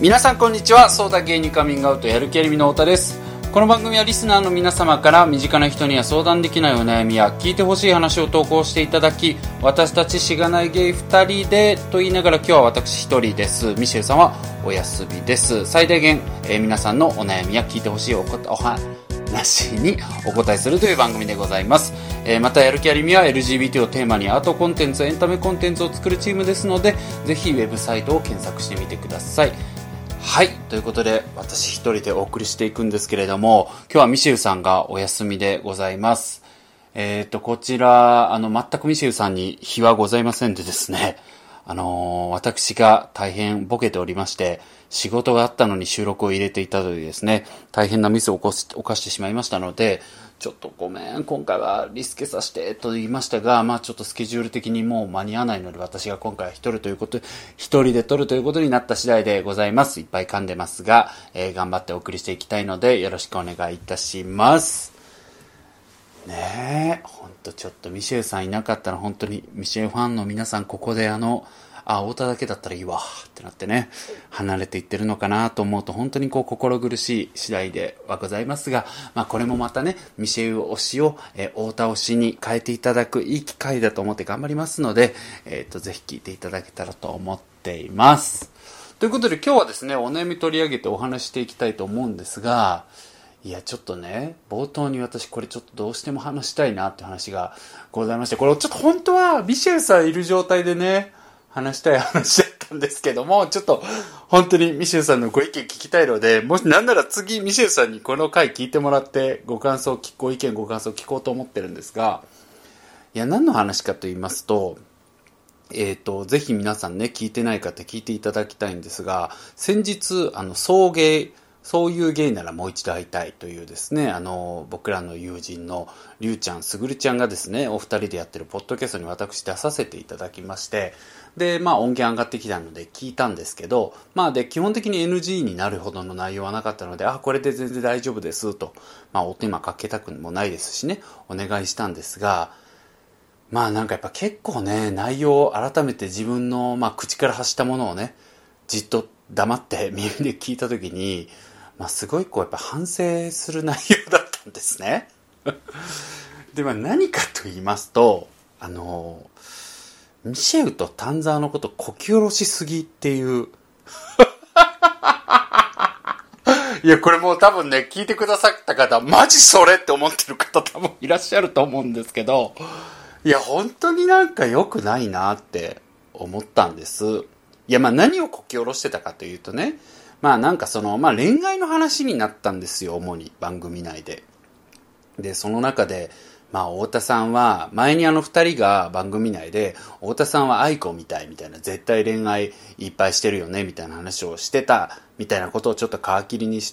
皆さんこんにちは。ソーダゲイにカミングアウトやる気ありみの太田です。この番組はリスナーの皆様から身近な人には相談できないお悩みや聞いてほしい話を投稿していただき、私たちしがないゲイ2人でと言いながら今日は私1人です。ミシェルさんはお休みです。最大限、皆さんのお悩みや聞いてほしいお話にお答えするという番組でございます。またやる気ありみは LGBT をテーマにアートコンテンツ、エンタメコンテンツを作るチームですので、ぜひウェブサイトを検索してみてください。はい、ということで私一人でお送りしていくんですけれども、今日はミシェルさんがお休みでございます。こちら全くミシェルさんに非はございませんでですね、私が大変ボケておりまして、仕事があったのに収録を入れていたというですね、大変なミスを犯してしまいましたので、ちょっとごめん、今回はリスケさせてと言いましたが、ちょっとスケジュール的にもう間に合わないので、私が今回は一人で撮るということになった次第でございます。いっぱい噛んでますが、頑張ってお送りしていきたいので、よろしくお願いいたします。ねえ、ほんとちょっとミシェルさんいなかったら本当にミシェルファンの皆さんここで太田だけだったらいいわってなってね、離れていってるのかなと思うと本当に心苦しい次第ではございますが、これもまたね、ミシェル推しを、太田推しに変えていただくいい機会だと思って頑張りますので、ぜひ聞いていただけたらと思っています。ということで今日はですね、お悩み取り上げてお話していきたいと思うんですが、いやちょっとね、冒頭に私これちょっとどうしても話したいなって話がございまして、これちょっと本当はミシェルさんいる状態でね、話したい話だったんですけども、ちょっと本当にミシェルさんのご意見聞きたいので、もしなんなら次ミシェルさんにこの回聞いてもらってご意見ご感想聞こうと思ってるんですが、いや何の話かと言いますと、ぜひ皆さんね、聞いてない方聞いていただきたいんですが、先日そういうゲイならもう一度会いたいというですね、僕らの友人のりゅうちゃん、すぐるちゃんがですね、お二人でやってるポッドキャストに私出させていただきまして、で、音源上がってきたので聞いたんですけど、で、基本的に NG になるほどの内容はなかったので、これで全然大丈夫ですと、お手間かけたくもないですしね、お願いしたんですが、なんかやっぱ結構ね、内容を改めて自分の、口から発したものをね、じっと黙って耳で聞いたときに、すごいやっぱ反省する内容だったんですね。で、何かと言いますと、ミシェルと丹沢のことこき下ろしすぎっていう。いや、これもう多分ね、聞いてくださった方、マジそれって思ってる方多分いらっしゃると思うんですけど、いや、本当になんか良くないなって思ったんです。いや、何をこき下ろしてたかというとね、なんか恋愛の話になったんですよ、主に番組内で。で、その中で、太田さんは、前に二人が番組内で、太田さんは愛子みたいな、絶対恋愛いっぱいしてるよね、みたいな話をしてた、みたいなことをちょっと皮切りにして、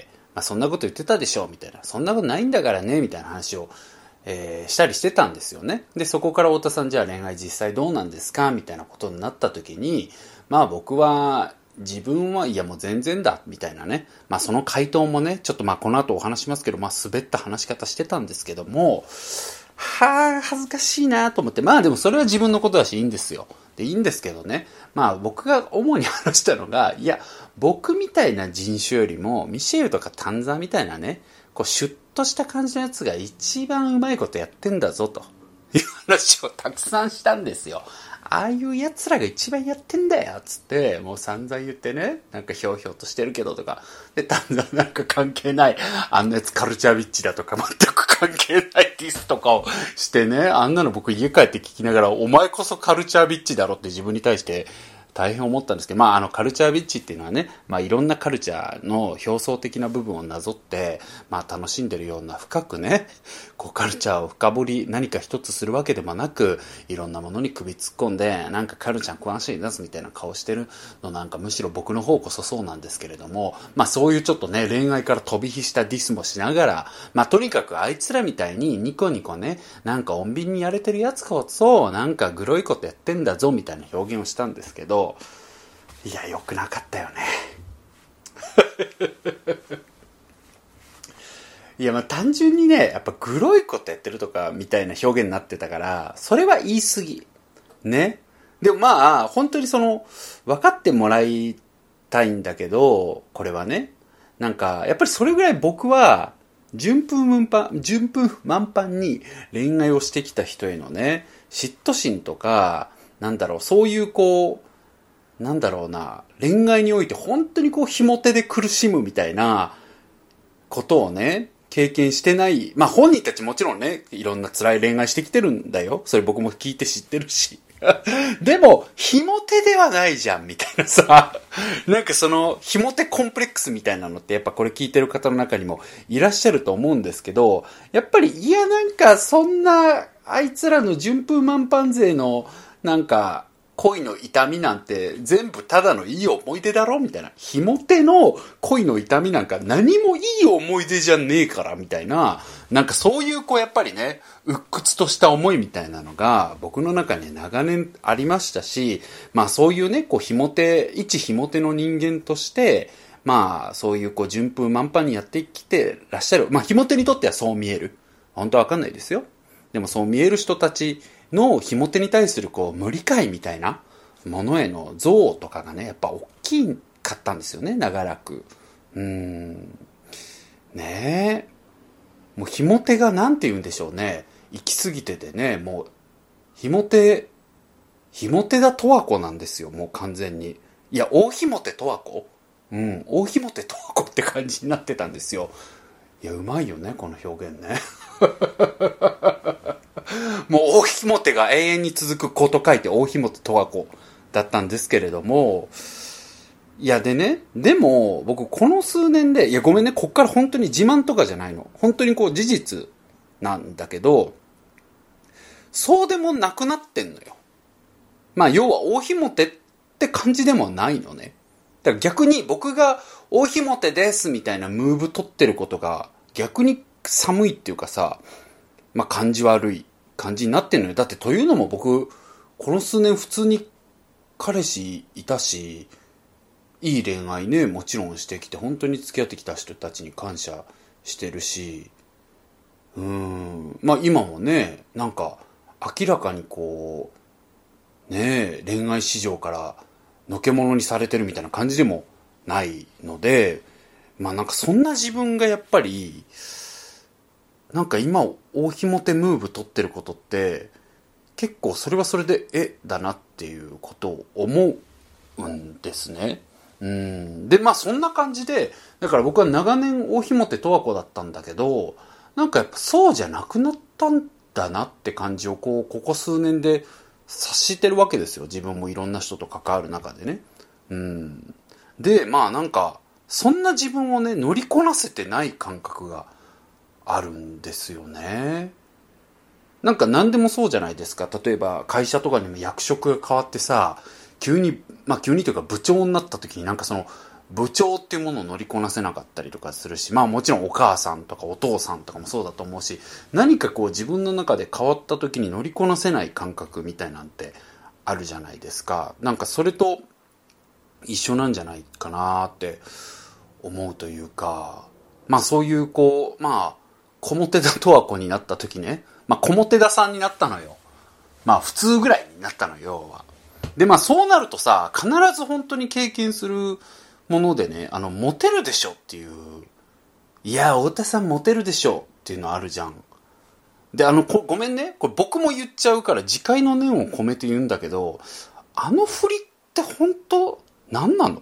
そんなこと言ってたでしょ、みたいな。そんなことないんだからね、みたいな話を、したりしてたんですよね。で、そこから太田さん、じゃあ恋愛実際どうなんですかみたいなことになった時に、僕は、自分はいやもう全然だみたいなね、その回答もね、ちょっとこの後お話しますけど、滑った話し方してたんですけども、恥ずかしいなと思って、でもそれは自分のことだしいいんですよ。で、いいんですけどね、僕が主に話したのが、いや、僕みたいな人種よりも、ミシェルとか丹沢みたいなね、シュッとした感じのやつが一番うまいことやってんだぞ、という話をたくさんしたんですよ。ああいう奴らが一番やってんだよつって、もう散々言ってね、なんかひょうひょうとしてるけどとか、で、だんだんなんか関係ない、あんなやつカルチャービッチだとか、全く関係ないディスとかをしてね、あんなの僕家帰って聞きながら、お前こそカルチャービッチだろって自分に対して大変思ったんですけど、カルチャービッチっていうのはね、いろんなカルチャーの表層的な部分をなぞって、楽しんでるような深くね、カルチャーを深掘り何か一つするわけでもなく、いろんなものに首突っ込んで、なんかカルチャー詳しい出すみたいな顔してるのなんかむしろ僕の方こそそうなんですけれども、そういうちょっとね、恋愛から飛び火したディスもしながら、とにかくあいつらみたいにニコニコね、なんか穏便にやれてるやつこそ、なんかグロいことやってんだぞみたいな表現をしたんですけど、いや、良くなかったよね。いや、単純にね、やっぱグロいことやってるとかみたいな表現になってたから、それは言い過ぎ。ね。でも本当に分かってもらいたいんだけど、これはね、なんか、やっぱりそれぐらい僕は、順風満帆に恋愛をしてきた人へのね、嫉妬心とか、なんだろう、そういうこう、なんだろうな、恋愛において本当にこう、ひも手で苦しむみたいなことをね、経験してない。まあ本人たちもちろんね、いろんな辛い恋愛してきてるんだよ。それ僕も聞いて知ってるし。でも、ひも手ではないじゃん、みたいなさ。なんかその、ひも手コンプレックスみたいなのって、やっぱこれ聞いてる方の中にもいらっしゃると思うんですけど、やっぱり、いやなんかそんな、あいつらの順風満帆勢の、なんか、恋の痛みなんて全部ただのいい思い出だろみたいな。ひも手の恋の痛みなんか何もいい思い出じゃねえからみたいな。なんかそういうこうやっぱりね、鬱屈とした思いみたいなのが僕の中に長年ありましたし、まあそういうね、こう一ひも手の人間として、まあそういうこう順風満帆にやってきてらっしゃる。まあひも手にとってはそう見える。本当はわかんないですよ。でもそう見える人たちのひも手に対するこう無理解みたいなものへの憎悪とかがね、やっぱ大きかったんですよね、長らく。ねえ。もうひも手がなんて言うんでしょうね。行き過ぎててね、もう、ひも手だとわこなんですよ、もう完全に。いや、大ひも手とわこ大ひも手とわこって感じになってたんですよ。いや、うまいよね、この表現ね。もう大ひも手が永遠に続く子と書いて大ひも手とわこだったんですけれども、いやでね、でも僕この数年で、いやごめんね、こっから本当に自慢とかじゃないの。本当にこう事実なんだけど、そうでもなくなってんのよ。まあ要は大ひも手って感じでもないのね。だから逆に僕が大ひも手ですみたいなムーブ取ってることが逆に寒いっていうかさ、まあ感じ悪い感じになってんのよ。だってというのも僕、この数年普通に彼氏いたし、いい恋愛ね、もちろんしてきて、本当に付き合ってきた人たちに感謝してるし、まあ今もね、なんか明らかにこう、ね、恋愛市場からのけものにされてるみたいな感じでもないので、まあなんかそんな自分がやっぱり、なんか今大ひも手ムーブ取ってることって、結構それはそれでだなっていうことを思うんですね。で、まあそんな感じで、だから僕は長年大ひも手とわこだったんだけど、なんかやっぱそうじゃなくなったんだなって感じをここ数年で察してるわけですよ。自分もいろんな人と関わる中でね。で、まあなんか、そんな自分をね、乗りこなせてない感覚があるんですよね。なんか何でもそうじゃないですか。例えば会社とかにも役職が変わってさ、急にというか部長になった時になんかその部長っていうものを乗りこなせなかったりとかするし、まあもちろんお母さんとかお父さんとかもそうだと思うし、何かこう自分の中で変わった時に乗りこなせない感覚みたいなんてあるじゃないですか。なんかそれと一緒なんじゃないかなって思うというか、まあそういうこう、まあ、小もてだとわこになった時ね、まあ小もてださんになったのよ。まあ普通ぐらいになったのよ、要は。で、まあそうなるとさ、必ず本当に経験するものでね、モテるでしょっていう、いや、太田さんモテるでしょっていうのあるじゃん。で、ごめんね、これ僕も言っちゃうから自戒の念を込めて言うんだけど、あの振りって本当、何なの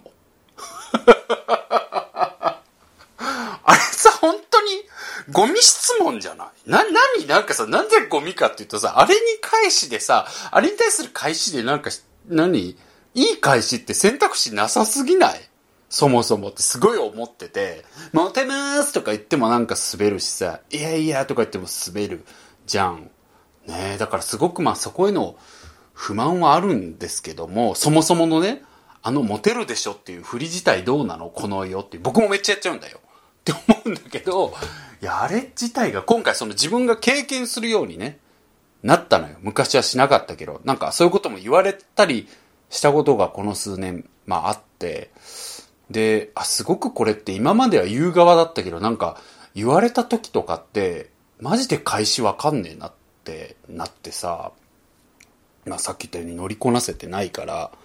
あれさ、本当に、ゴミ質問じゃないなんかさ、なんでゴミかって言うとさ、あれに返しでさ、あれに対する返しでなんか、いい返しって選択肢なさすぎないそもそもってすごい思ってて、モテまーすとか言ってもなんか滑るしさ、いやいやとか言っても滑るじゃん。ねえ、だからすごくまあそこへの不満はあるんですけども、そもそものね、モテるでしょっていう振り自体どうなのこの世って、僕もめっちゃやっちゃうんだよ。って思うんだけど、いや、あれ自体が今回その自分が経験するようにね、なったのよ。昔はしなかったけど、なんかそういうことも言われたりしたことがこの数年、まああって、で、すごくこれって今までは言う側だったけど、なんか言われた時とかって、マジで返しわかんねえなってなってさ、まあさっき言ったように乗りこなせてないから、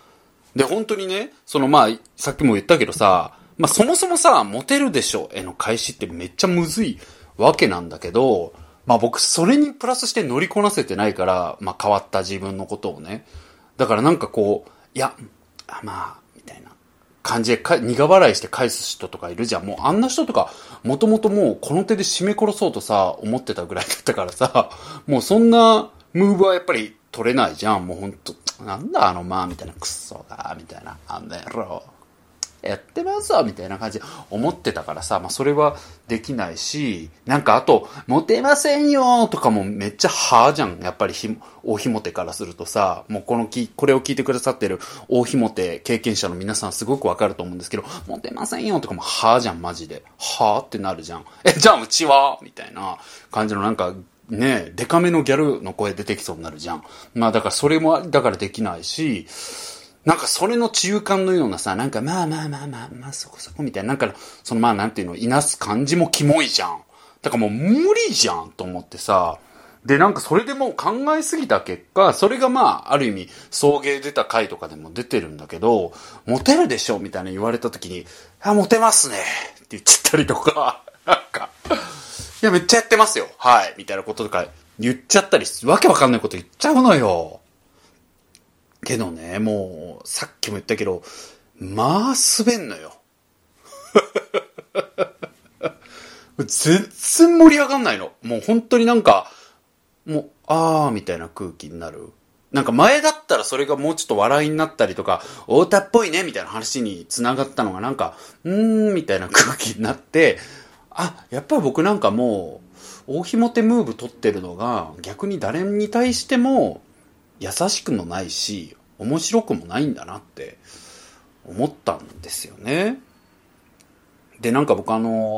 で、本当にね、さっきも言ったけどさ、そもそもさ、モテるでしょへの開始ってめっちゃむずいわけなんだけど、僕、それにプラスして乗りこなせてないから、変わった自分のことをね。だからなんかこう、いや、みたいな感じで苦笑いして返す人とかいるじゃん。もうあんな人とか、もともともうこの手で締め殺そうとさ、思ってたぐらいだったからさ、もうそんなムーブはやっぱり取れないじゃん。もうほんと、なんだみたいな、クソが、みたいな、あんな野郎。やってますわみたいな感じで思ってたからさ、それはできないし、なんかあと、モテませんよとかもめっちゃはぁじゃん。やっぱり大ひもてからするとさ、もうこれを聞いてくださってる大ひもて経験者の皆さんすごくわかると思うんですけど、モテませんよとかもはぁじゃん、マジで。はぁってなるじゃん。じゃあうちはみたいな感じのなんか、ね、デカめのギャルの声出てきそうになるじゃん。だからそれも、だからできないし、なんかそれの中間のようなさ、なんかそこそこみたいな、なんかなんていうの、いなす感じもキモいじゃん。だからもう無理じゃんと思ってさ。で、なんかそれでもう考えすぎた結果、それがある意味、送迎出た回とかでも出てるんだけど、モテるでしょみたいな言われた時に、モテますねって言っちゃったりとか、なんか、いや、めっちゃやってますよ。はい。みたいなこととか言っちゃったり、わけわかんないこと言っちゃうのよ。けどね、もう、さっきも言ったけど、滑んのよ。全然盛り上がんないの。もう本当になんか、もう、みたいな空気になる。なんか前だったらそれがもうちょっと笑いになったりとか、太田っぽいね、みたいな話に繋がったのがなんか、みたいな空気になって、やっぱり僕なんかもう、大ひもてムーブ取ってるのが、逆に誰に対しても、優しくもないし、面白くもないんだなって思ったんですよね。で、なんか僕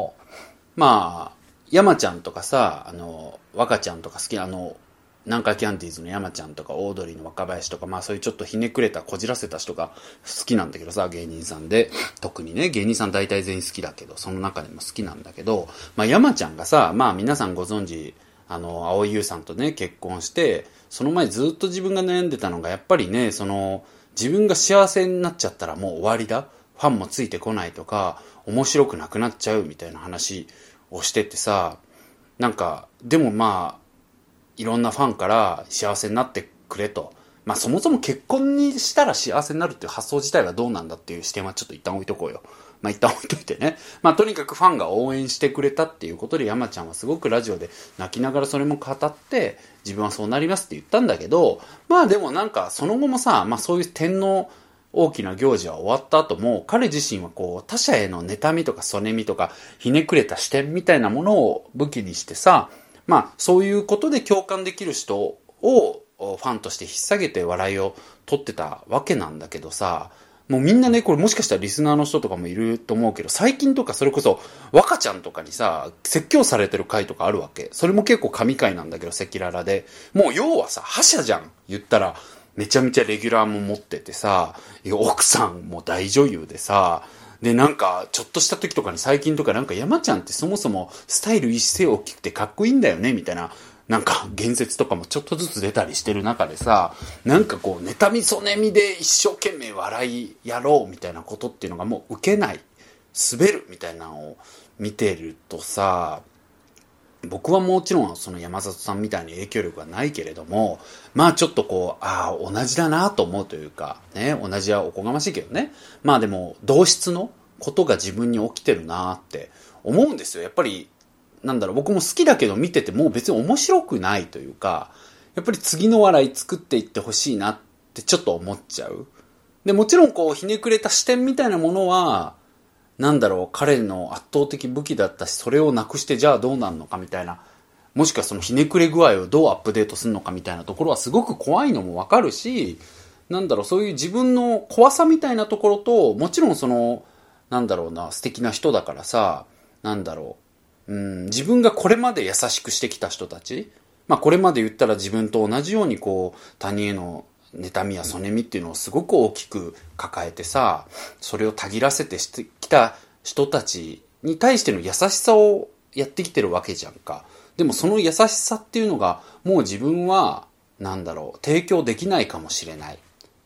山ちゃんとかさ、若ちゃんとか好きな南海キャンディーズの山ちゃんとかオードリーの若林とか、そういうちょっとひねくれたこじらせた人が好きなんだけどさ、芸人さんで。特にね、芸人さん大体全員好きだけど、その中でも好きなんだけど、山ちゃんがさ、皆さんご存知、蒼井優さんとね、結婚して、その前ずっと自分が悩んでたのが、やっぱりね、自分が幸せになっちゃったらもう終わりだ。ファンもついてこないとか、面白くなくなっちゃうみたいな話をしててさ、なんか、でもいろんなファンから幸せになってくれと。そもそも結婚にしたら幸せになるっていう発想自体はどうなんだっていう視点はちょっと一旦置いとこうよ。一旦置いといてね。とにかくファンが応援してくれたっていうことで山ちゃんはすごくラジオで泣きながらそれも語って、自分はそうなりますって言ったんだけど、でもなんかその後もさ、そういう天皇大きな行事は終わった後も、彼自身は他者への妬みとかそねみとか、ひねくれた視点みたいなものを武器にしてさ、そういうことで共感できる人をファンとして引っ提げて笑いを取ってたわけなんだけどさ、もうみんなね、これもしかしたらリスナーの人とかもいると思うけど、最近とかそれこそ若ちゃんとかにさ、説教されてる回とかあるわけ。それも結構神回なんだけど、赤裸々で。もう要はさ、覇者じゃん。言ったら、めちゃめちゃレギュラーも持っててさ、奥さんも大女優でさ、で、なんか、ちょっとした時とかに最近とかなんか山ちゃんってそもそもスタイル一世大きくてかっこいいんだよね、みたいな、なんか言説とかもちょっとずつ出たりしてる中でさ、なんか妬みそねみで一生懸命笑いやろうみたいなことっていうのがもう受けない、滑るみたいなのを見てるとさ、僕はもちろんその山里さんみたいに影響力はないけれども、ちょっと同じだなと思うというか、ね、同じはおこがましいけどね。でも、同質のことが自分に起きてるなって思うんですよ。やっぱり、僕も好きだけど見てても別に面白くないというか、やっぱり次の笑い作っていってほしいなってちょっと思っちゃう。で、もちろんひねくれた視点みたいなものは、彼の圧倒的武器だったし、それをなくしてじゃあどうなるのかみたいな、もしくはそのひねくれ具合をどうアップデートするのかみたいなところはすごく怖いのもわかるし、そういう自分の怖さみたいなところと、もちろん素敵な人だからさ、自分がこれまで優しくしてきた人たち、これまで言ったら自分と同じように他人への妬みやそねみっていうのをすごく大きく抱えてさ、それをたぎらせてしてきた人たちに対しての優しさをやってきてるわけじゃんか。でもその優しさっていうのがもう自分は提供できないかもしれない。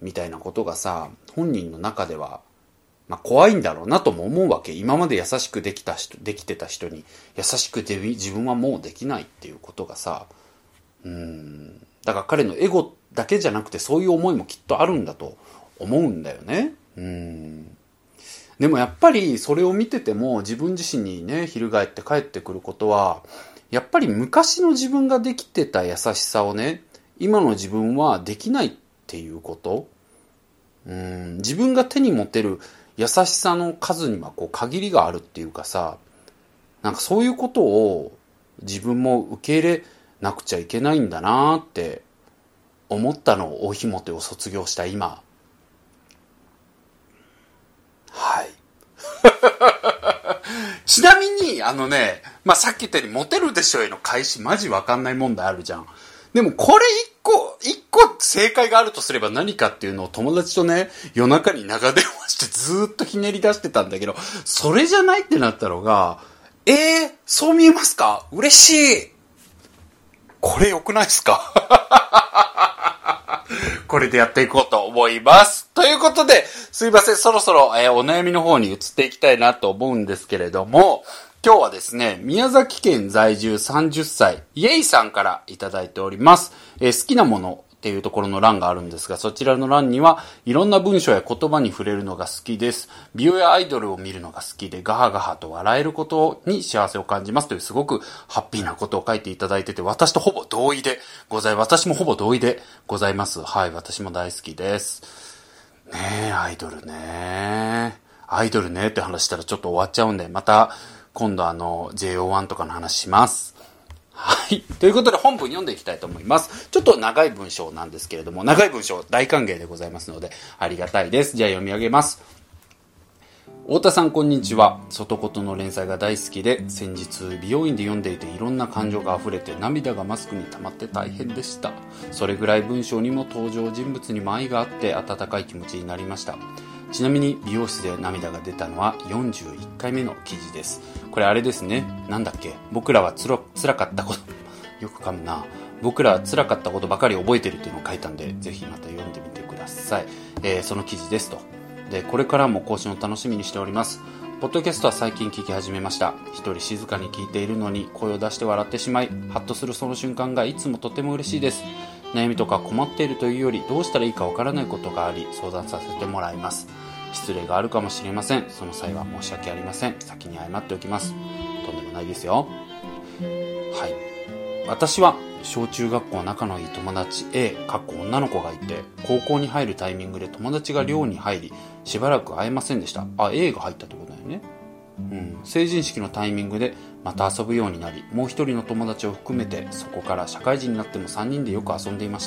みたいなことがさ、本人の中では怖いんだろうなとも思うわけ。今まで優しくできてた人に優しく自分はもうできないっていうことがさ、だから彼のエゴだけじゃなくてそういう思いもきっとあるんだと思うんだよね。でもやっぱりそれを見てても自分自身にね、翻って帰ってくることは、やっぱり昔の自分ができてた優しさをね、今の自分はできないっていうこと。自分が手に持てる優しさの数には限りがあるっていうかさ、なんかそういうことを自分も受け入れなくちゃいけないんだなって思ったのを、大ひもてを卒業した今。はい。ちなみにさっき言ったようにモテるでしょへの返しマジわかんない問題あるじゃん。でもこれ一個正解があるとすれば何かっていうのを友達とね、夜中に長電話してずーっとひねり出してたんだけど、それじゃないってなったのが、そう見えますか？嬉しい。これ良くないですか？これでやっていこうと思います。ということで、すいません、そろそろ、お悩みの方に移っていきたいなと思うんですけれども、今日はですね、宮崎県在住30歳、イエイさんからいただいております。好きなものっていうところの欄があるんですが、そちらの欄にはいろんな文章や言葉に触れるのが好きです。美容やアイドルを見るのが好きで、ガハガハと笑えることに幸せを感じますというすごくハッピーなことを書いていただいてて、私もほぼ同意でございます。はい、私も大好きです。ねえ、アイドルねって話したらちょっと終わっちゃうんで、また今度JO1 とかの話します。はい。ということで本文読んでいきたいと思います。ちょっと長い文章なんですけれども、長い文章大歓迎でございますので、ありがたいです。じゃあ読み上げます。太田さんこんにちは。外言の連載が大好きで、先日美容院で読んでいていろんな感情が溢れて涙がマスクに溜まって大変でした。それぐらい文章にも登場人物にも愛があって温かい気持ちになりました。ちなみに美容室で涙が出たのは41回目の記事です。これあれですね。なんだっけ。僕らは辛かったこと、よく噛むな。僕らは辛かったことばかり覚えてるっていうのを書いたんで、ぜひまた読んでみてください。その記事ですと。で、これからも更新を楽しみにしております。ポッドキャストは最近聞き始めました。一人静かに聞いているのに声を出して笑ってしまい、ハッとするその瞬間がいつもとても嬉しいです。悩みとか困っているというより、どうしたらいいかわからないことがあり、相談させてもらいます。失礼があるかもしれません。その際は申し訳ありません。先に謝っておきます。とんでもないですよ。はい。私は小中学校仲のいい友達 A 女の子がいて、高校に入るタイミングで友達が寮に入り、しばらく会えませんでした。A が入ったってことだよね。成人式のタイミングでまた遊ぶようになり、もう一人の友達を含めて、そこから社会人になっても3人でよく遊んでいました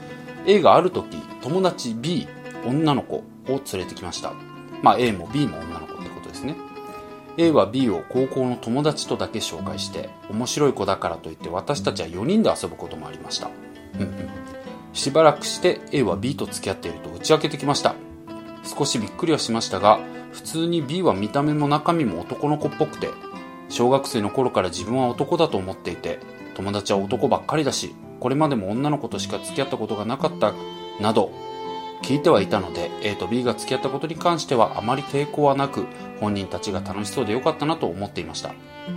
。A がある時、友達 B 女の子を連れてきました。A も B も女の子ってことですね。A は B を高校の友達とだけ紹介して、面白い子だからといって私たちは4人で遊ぶこともありました。しばらくして A は B と付き合っていると打ち明けてきました。少しびっくりはしましたが、普通に B は見た目も中身も男の子っぽくて、小学生の頃から自分は男だと思っていて、友達は男ばっかりだし、これまでも女の子としか付き合ったことがなかったなど聞いてはいたので、 A と B が付き合ったことに関してはあまり抵抗はなく、本人たちが楽しそうでよかったなと思っていました。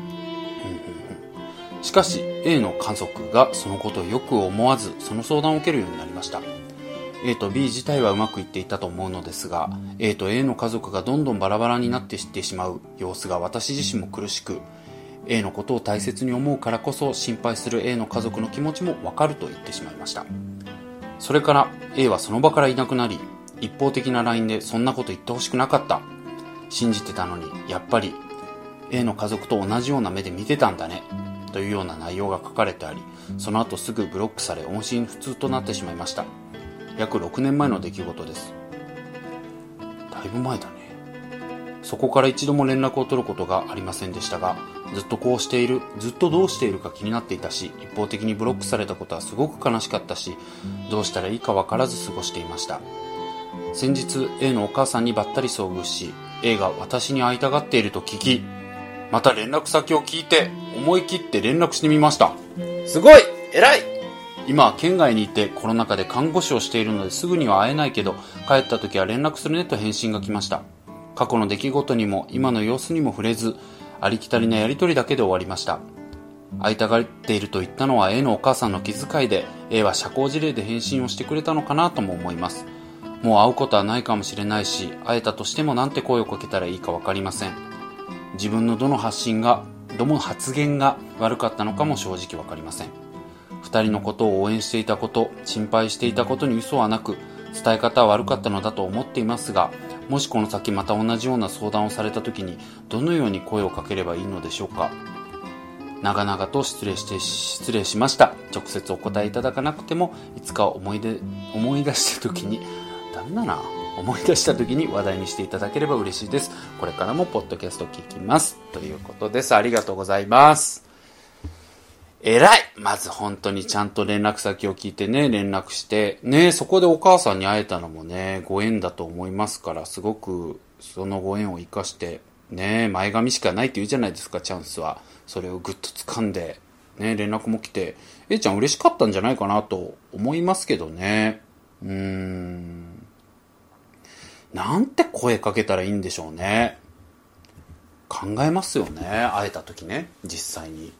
しかし A の家族がそのことをよく思わず、その相談を受けるようになりました。 A と B 自体はうまくいっていたと思うのですが、 A と A の家族がどんどんバラバラになっていってしまう様子が私自身も苦しく、 A のことを大切に思うからこそ心配する A の家族の気持ちもわかると言ってしまいました。それから A はその場からいなくなり、一方的な LINE でそんなこと言ってほしくなかった、信じてたのにやっぱり A の家族と同じような目で見てたんだねというような内容が書かれてあり、その後すぐブロックされ音信不通となってしまいました。約6年前の出来事です。だいぶ前だね。そこから一度も連絡を取ることがありませんでしたが、ずっとどうしているか気になっていたし、一方的にブロックされたことはすごく悲しかったし、どうしたらいいか分からず過ごしていました。先日 A のお母さんにばったり遭遇し、 A が私に会いたがっていると聞き、また連絡先を聞いて思い切って連絡してみました。すごい偉い今は県外にいてコロナ禍で看護師をしているのですぐには会えないけど、帰った時は連絡するねと返信が来ました。過去の出来事にも今の様子にも触れず、ありきたりなやりとりだけで終わりました。会いたがっていると言ったのは A のお母さんの気遣いで、 A は社交辞令で返信をしてくれたのかなとも思います。もう会うことはないかもしれないし、会えたとしてもなんて声をかけたらいいか分かりません。自分のどの発言が悪かったのかも正直分かりません。二人のことを応援していたこと、心配していたことに嘘はなく、伝え方は悪かったのだと思っていますが、もしこの先また同じような相談をされた時にどのように声をかければいいのでしょうか。長々と失礼しました。直接お答えいただかなくても、いつか思い出した時に話題にしていただければ嬉しいです。これからもポッドキャスト聞きますということです。ありがとうございます。偉い。まず本当にちゃんと連絡先を聞いてね、連絡してね、そこでお母さんに会えたのもね、ご縁だと思いますから、すごくそのご縁を生かしてね、前髪しかないって言うじゃないですか、チャンスは。それをぐっと掴んでね、連絡も来て、A ちゃん嬉しかったんじゃないかなと思いますけどね。なんて声かけたらいいんでしょうね。考えますよね、会えた時ね、実際に。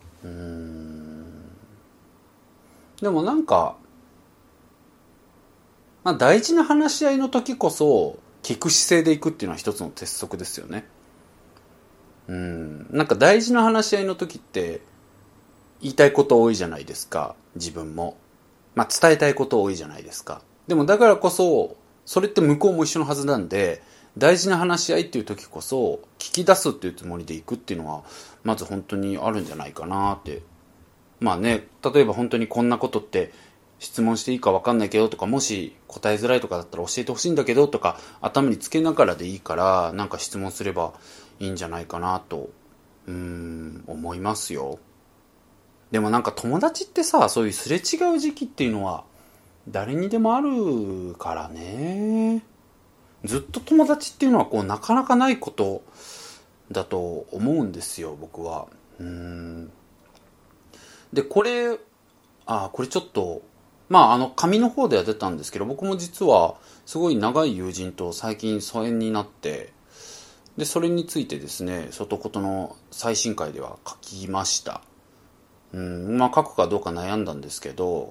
でもなんか、大事な話し合いの時こそ聞く姿勢でいくっていうのは一つの鉄則ですよね。なんか大事な話し合いの時って言いたいこと多いじゃないですか、自分も。伝えたいこと多いじゃないですか。でもだからこそ、それって向こうも一緒のはずなんで、大事な話し合いっていう時こそ聞き出すっていうつもりでいくっていうのはまず本当にあるんじゃないかなって。例えば本当にこんなことって質問していいか分かんないけどとか、もし答えづらいとかだったら教えてほしいんだけどとか、頭につけながらでいいからなんか質問すればいいんじゃないかなと思いますよ。でもなんか友達ってさ、そういうすれ違う時期っていうのは誰にでもあるからね。ずっと友達っていうのはなかなかないことだと思うんですよ、僕は。で、これちょっと紙の方では出たんですけど、僕も実はすごい長い友人と最近疎遠になって、でそれについてですね、外ことの最新回では書きました。書くかどうか悩んだんですけど、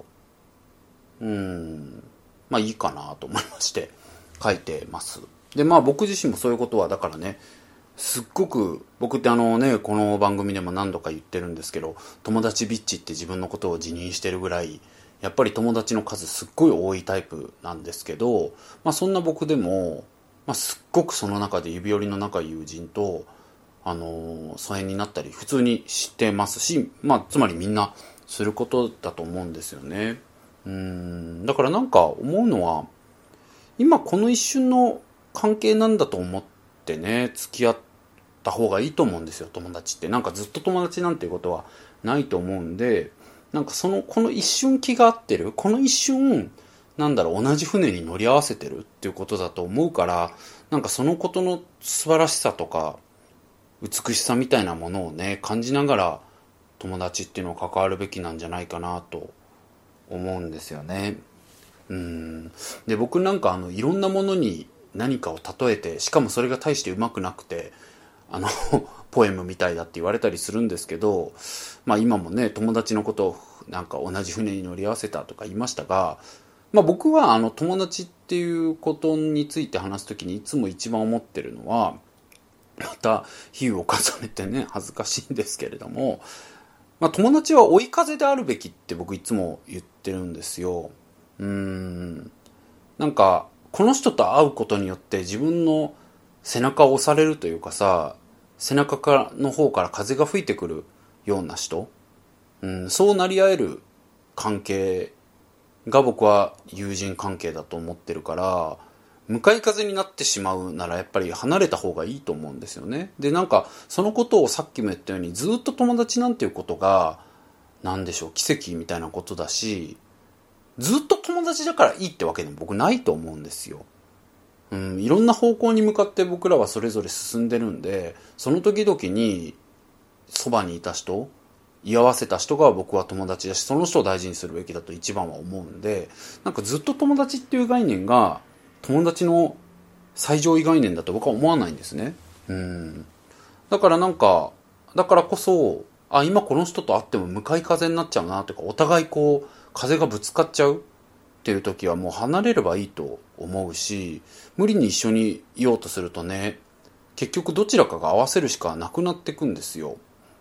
いいかなと思いまして書いてます。で僕自身もそういうことはだからね、すっごく僕ってこの番組でも何度か言ってるんですけど、友達ビッチって自分のことを自認してるぐらい、やっぱり友達の数すっごい多いタイプなんですけど、そんな僕でも、すっごくその中で指折りの仲いい友人と疎遠になったり普通にしてますし、つまりみんなすることだと思うんですよね。だからなんか思うのは、今この一瞬の関係なんだと思ってね、付き合った方がいいと思うんですよ、友達って。なんかずっと友達なんていうことはないと思うんで、なんかこの一瞬気が合ってる、この一瞬同じ船に乗り合わせてるっていうことだと思うから、なんかそのことの素晴らしさとか美しさみたいなものをね、感じながら友達っていうのは関わるべきなんじゃないかなと思うんですよね。で僕なんかいろんなものに何かを例えて、しかもそれが大してうまくなくてポエムみたいだって言われたりするんですけど、今もね、友達のことをなんか同じ船に乗り合わせたとか言いましたが、僕は友達っていうことについて話すときにいつも一番思ってるのは、また比喩を重ねてね、恥ずかしいんですけれども、友達は追い風であるべきって僕いつも言ってるんですよ。なんかこの人と会うことによって自分の背中を押されるというかさ、背中の方から風が吹いてくるような人、そうなり合える関係が僕は友人関係だと思ってるから、向かい風になってしまうならやっぱり離れた方がいいと思うんですよね。でなんかそのことをさっきも言ったように、ずっと友達なんていうことが奇跡みたいなことだし、ずっと友達だからいいってわけでも僕ないと思うんですよ。いろんな方向に向かって僕らはそれぞれ進んでるんで、その時々にそばにいた人居合わせた人が僕は友達だし、その人を大事にするべきだと一番は思うんで、なんかずっと友達っていう概念が友達の最上位概念だと僕は思わないんですね。だからなんか、だからこそ、今この人と会っても向かい風になっちゃうなとか、お互いこう風がぶつかっちゃうっていう時はもう離れればいいと思うし、無理に一緒にいようとするとね、結局どちらかが合わせるしかなくなってくんですよ。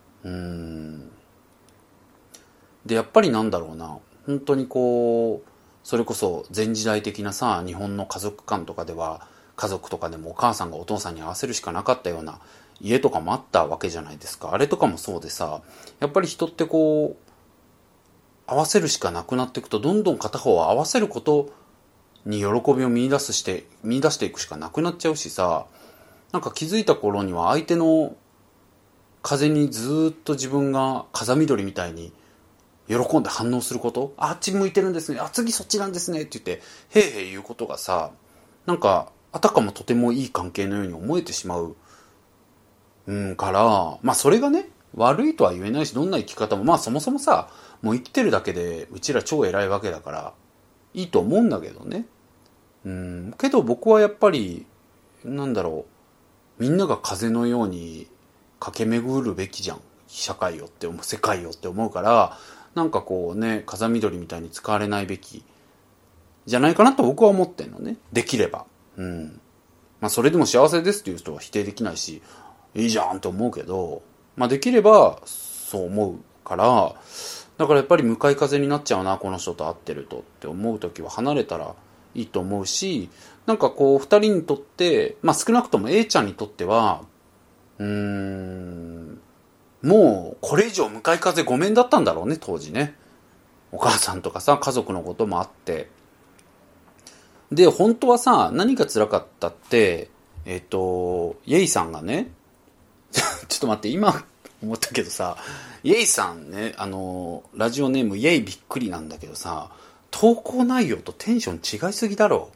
で、やっぱりなんだろうな、本当にこう、それこそ前時代的なさ、日本の家族観とかでは、家族とかでもお母さんがお父さんに合わせるしかなかったような家とかもあったわけじゃないですか。あれとかもそうでさ、やっぱり人ってこう、合わせるしかなくなっていくと、どんどん片方は合わせることに喜びを見出していくしかなくなっちゃうしさ、なんか気づいた頃には相手の風にずっと自分が風見鶏みたいに喜んで反応すること、あっち向いてるんですね、次そっちなんですねって言ってへいへい言うことがさ、なんかあたかもとてもいい関係のように思えてしまうから、まあそれがね悪いとは言えないし、どんな生き方もまあそもそもさ、もう生きてるだけでうちら超偉いわけだからいいと思うんだけどね。けど僕はやっぱりなんだろう、みんなが風のように駆け巡るべきじゃん、社会よって思う、世界よって思うから、なんかこうね、風緑みたいに使われないべきじゃないかなと僕は思ってんのね、できれば。まあそれでも幸せですっていう人は否定できないし、いいじゃんって思うけど、まあできればそう思うから、だからやっぱり向かい風になっちゃうな、この人と会ってるとって思うときは離れたらいいと思うし、なんかこう二人にとって、まあ少なくとも A ちゃんにとっては、もうこれ以上向かい風ごめんだったんだろうね、当時ね。お母さんとかさ、家族のこともあって。で、本当はさ、何が辛かったって、イェイさんがね、ちょっと待って、今思ったけどさ、イェイさんね、ラジオネームイェイびっくりなんだけどさ、投稿内容とテンション違いすぎだろ。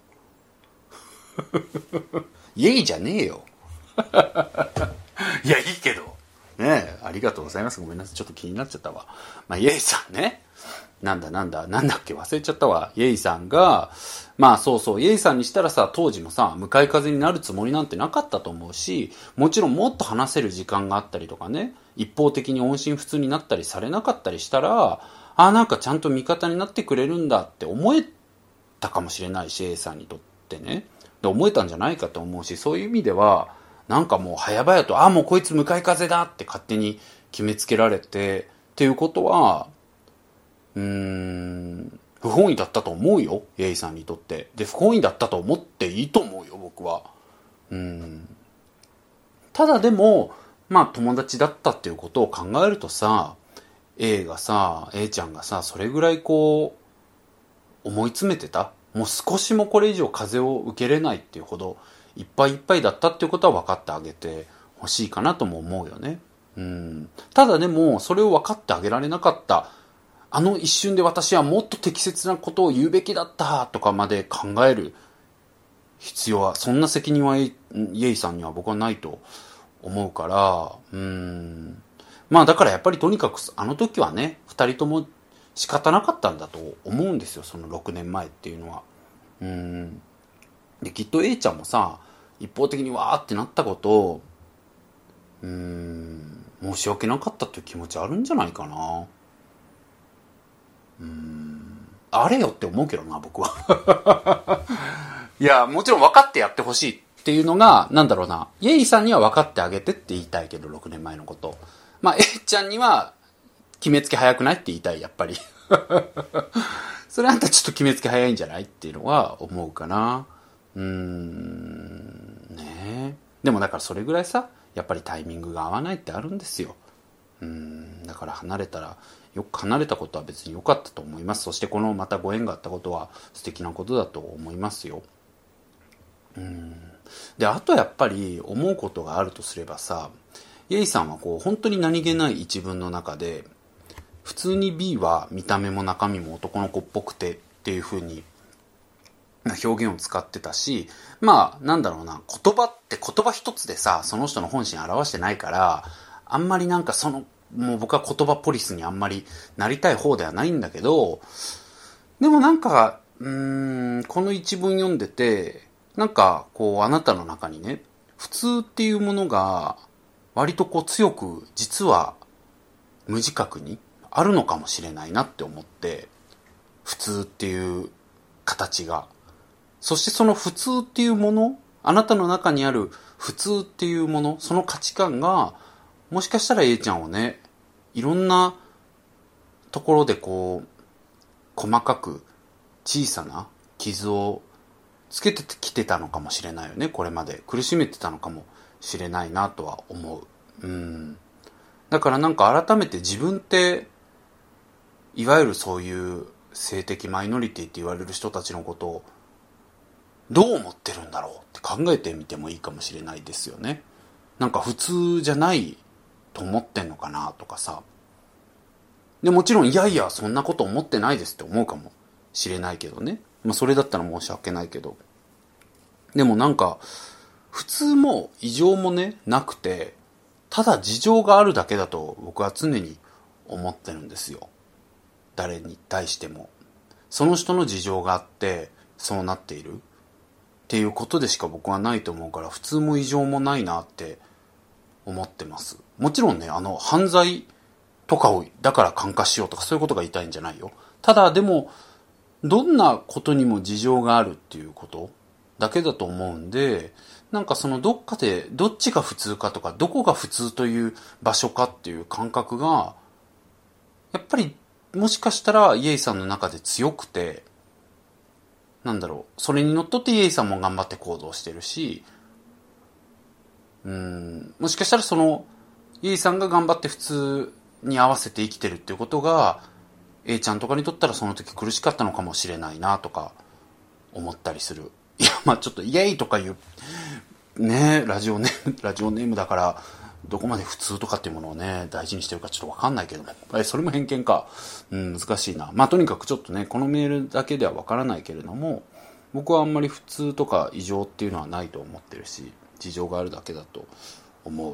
イェイじゃねえよ。いや、いいけど。ねえ、ありがとうございます。ごめんなさい。ちょっと気になっちゃったわ。まあ、イェイさんね。なんだっけ忘れちゃったわ。イェイさんが、まあそうそう、イェイさんにしたらさ、当時もさ、向かい風になるつもりなんてなかったと思うし、もちろんもっと話せる時間があったりとかね、一方的に音信不通になったりされなかったりしたら、なんかちゃんと味方になってくれるんだって思えたかもしれないし、イェイさんにとってね。で、思えたんじゃないかと思うし、そういう意味では、なんかもう早々と、もうこいつ向かい風だって勝手に決めつけられて、っていうことは、不本意だったと思うよ、イェイさんにとって。で、不本意だったと思っていいと思うよ、僕は。ただでも、まあ友達だったっていうことを考えるとさ、A ちゃんがさ、それぐらいこう、思い詰めてた。もう少しもこれ以上風を受けれないっていうほど、いっぱいいっぱいだったっていうことは分かってあげてほしいかなとも思うよね。ただでも、それを分かってあげられなかった。あの一瞬で私はもっと適切なことを言うべきだったとかまで考える必要は、そんな責任はイエイさんには僕はないと思うから、まあだからやっぱりとにかくあの時はね、二人とも仕方なかったんだと思うんですよ、その6年前っていうのは。で、きっと A ちゃんもさ、一方的にわーってなったことを、申し訳なかったっていう気持ちあるんじゃないかな。あれよって思うけどな、僕は。いや、もちろん分かってやってほしいっていうのが、なんだろうな。イェイさんには分かってあげてって言いたいけど、6年前のこと。まあ、A ちゃんには、決めつけ早くないって言いたい、やっぱり。それあんたちょっと決めつけ早いんじゃないっていうのは思うかな。ねえ。でもだからそれぐらいさ、やっぱりタイミングが合わないってあるんですよ。だから離れたら、よく離れたことは別に良かったと思います。そしてこのまたご縁があったことは素敵なことだと思いますよ。で、あとやっぱり思うことがあるとすればさ、イェイさんはこう本当に何気ない一文の中で、普通に B は見た目も中身も男の子っぽくてっていう風に表現を使ってたし、まあなんだろうな、言葉って言葉一つでさ、その人の本心表してないから、あんまりなんかそのもう僕は言葉ポリスにあんまりなりたい方ではないんだけど、でもなんか、この一文読んでて、なんかこうあなたの中にね、普通っていうものが割とこう強く実は無自覚にあるのかもしれないなって思って、普通っていう形が。そしてその普通っていうもの、あなたの中にある普通っていうもの、その価値観が、もしかしたら A ちゃんをね、いろんなところでこう、細かく小さな傷をつけてきてたのかもしれないよね、これまで。苦しめてたのかもしれないなとは思う。だからなんか改めて自分って、いわゆるそういう性的マイノリティって言われる人たちのことをどう思ってるんだろうって考えてみてもいいかもしれないですよね。なんか普通じゃないと思ってんのかなとかさ。で、もちろんいやいやそんなこと思ってないですって思うかもしれないけどね。まあそれだったら申し訳ないけど。でもなんか普通も異常もねなくて、ただ事情があるだけだと僕は常に思ってるんですよ。誰に対しても。その人の事情があってそうなっているっていうことでしか僕はないと思うから、普通も異常もないなって思ってます。もちろんね、犯罪とかをだから感化しようとかそういうことが言いたいんじゃないよ。ただでもどんなことにも事情があるっていうことだけだと思うんで、なんかそのどっかでどっちが普通かとかどこが普通という場所かっていう感覚がやっぱりもしかしたらイエイさんの中で強くて、なんだろう、それにのっとってイエイさんも頑張って行動してるし、もしかしたらそのイエイさんが頑張って普通に合わせて生きてるっていうことが A ちゃんとかにとったらその時苦しかったのかもしれないなとか思ったりする。いや、まあちょっとイエイとかいうね、ラジオネームだからどこまで普通とかっていうものをね大事にしてるかちょっとわかんないけども、それも偏見か。難しいな。まあとにかくちょっとね、このメールだけではわからないけれども、僕はあんまり普通とか異常っていうのはないと思ってるし、事情があるだけだと思う。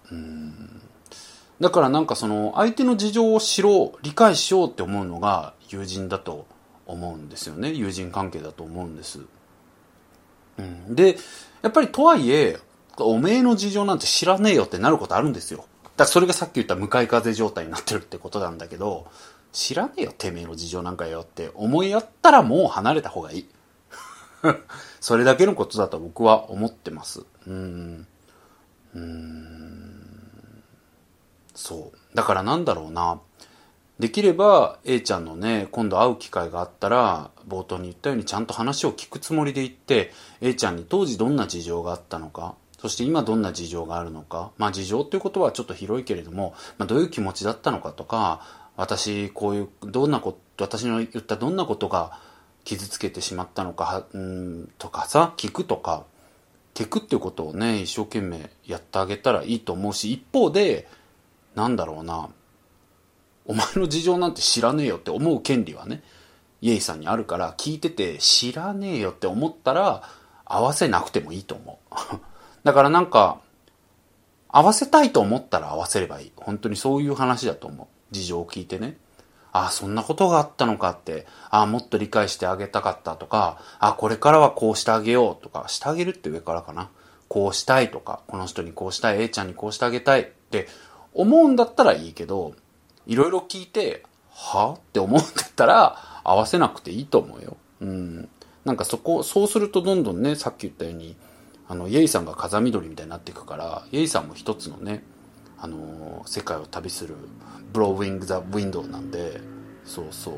だからなんかその相手の事情を知ろう、理解しようって思うのが友人だと思うんですよね。友人関係だと思うんです。で、やっぱりとはいえ、おめえの事情なんて知らねえよってなることあるんですよ。だからそれがさっき言った向かい風状態になってるってことなんだけど、知らねえよてめえの事情なんかよって思いやったらもう離れた方がいい。それだけのことだと僕は思ってます。そう。だからなんだろうな。できれば A ちゃんのね、今度会う機会があったら、冒頭に言ったようにちゃんと話を聞くつもりで言って、A ちゃんに当時どんな事情があったのか、そして今どんな事情があるのか、まあ事情っていうことはちょっと広いけれども、まあどういう気持ちだったのかとか、私こういう、私の言ったどんなことが傷つけてしまったのか、とかさ、聞くっていうことをね、一生懸命やってあげたらいいと思うし、一方で、なんだろうな、お前の事情なんて知らねえよって思う権利はね、イエイさんにあるから、聞いてて知らねえよって思ったら、合わせなくてもいいと思う。だからなんか、合わせたいと思ったら合わせればいい。本当にそういう話だと思う。事情を聞いてね。ああ、そんなことがあったのかって、ああ、もっと理解してあげたかったとか、ああ、これからはこうしてあげようとか、してあげるって上からかな。こうしたいとか、この人にこうしたい、A ちゃんにこうしてあげたいって思うんだったらいいけど、いろいろ聞いて、はって思うんだったら、合わせなくていいと思うよ。なんかそうするとどんどんね、さっき言ったように、イエイさんが風緑みたいになっていくから、イエイさんも一つのね、世界を旅する、ブローウィング・ザ・ウィンドウなんで、そうそう、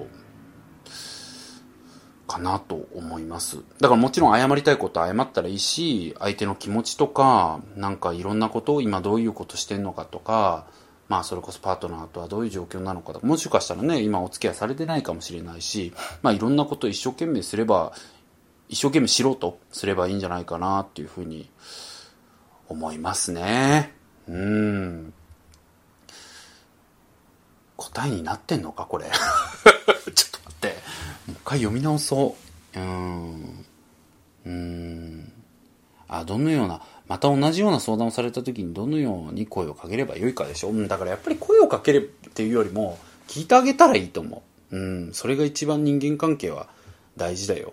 かなと思います。だからもちろん謝りたいことは謝ったらいいし、相手の気持ちとか、なんかいろんなことを今どういうことしてんのかとか、まあそれこそパートナーとはどういう状況なのかとか、もしかしたらね、今お付き合いされてないかもしれないし、まあいろんなことを一生懸命知ろうとすればいいんじゃないかなっていうふうに思いますね。答えになってんのかこれ。ちょっと待って。もう一回読み直そう。どのような、 また同じような相談をされた時にどのように声をかければよいかでしょ。だからやっぱり声をかけるっていうよりも聞いてあげたらいいと思う。それが一番人間関係は大事だよ。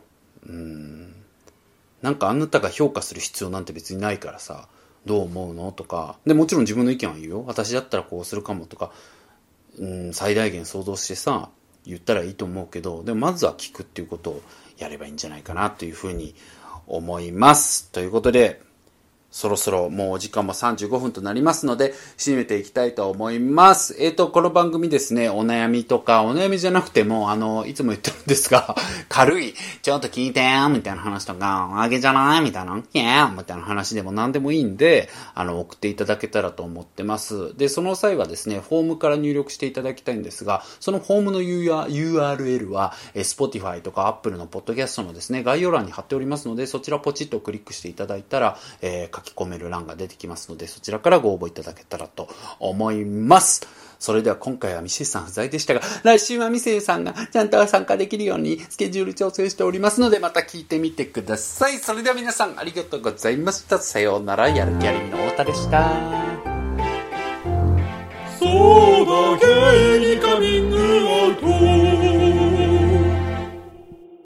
なんかあなたが評価する必要なんて別にないからさ、どう思うのとか、でもちろん自分の意見は言うよ。私だったらこうするかもとか、最大限想像してさ言ったらいいと思うけど、でもまずは聞くっていうことをやればいいんじゃないかなというふうに思います。ということで、そろそろもうお時間も35分となりますので、締めていきたいと思います。この番組ですね、お悩みとか、お悩みじゃなくても、いつも言ってるんですが、軽い、ちょっと聞いてー、みたいな話とか、あげじゃないみたいな、いやーみたいな話でも何でもいいんで、送っていただけたらと思ってます。で、その際はですね、フォームから入力していただきたいんですが、そのフォームの URL は、Spotify とか Apple のポッドキャストのですね、概要欄に貼っておりますので、そちらポチッとクリックしていただいたら、書き込める欄が出てきますので、そちらからご応募いただけたらと思います。それでは今回はミシェルさん不在でしたが、来週はミシェルさんがちゃんと参加できるようにスケジュール調整しておりますので、また聞いてみてください。それでは皆さんありがとうございました。さようなら。やる気ありみの太田でした。そうだけ